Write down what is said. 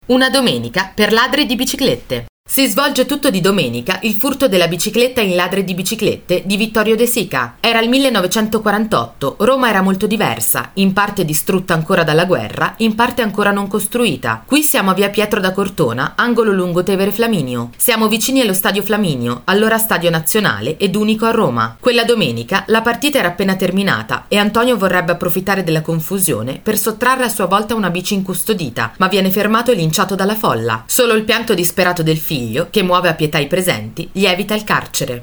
Una domenica per ladri di biciclette. Si svolge tutto di domenica il furto della bicicletta in Ladri di biciclette di Vittorio De Sica. Era il 1948, Roma era molto diversa, in parte distrutta ancora dalla guerra, in parte ancora non costruita. Qui siamo a via Pietro da Cortona, angolo Lungotevere Flaminio. Siamo vicini allo Stadio Flaminio, allora stadio nazionale ed unico a Roma. Quella domenica la partita era appena terminata e Antonio vorrebbe approfittare della confusione per sottrarre a sua volta una bici incustodita, ma viene fermato e linciato dalla folla. Solo il pianto disperato del figlio, che muove a pietà i presenti, gli evita il carcere.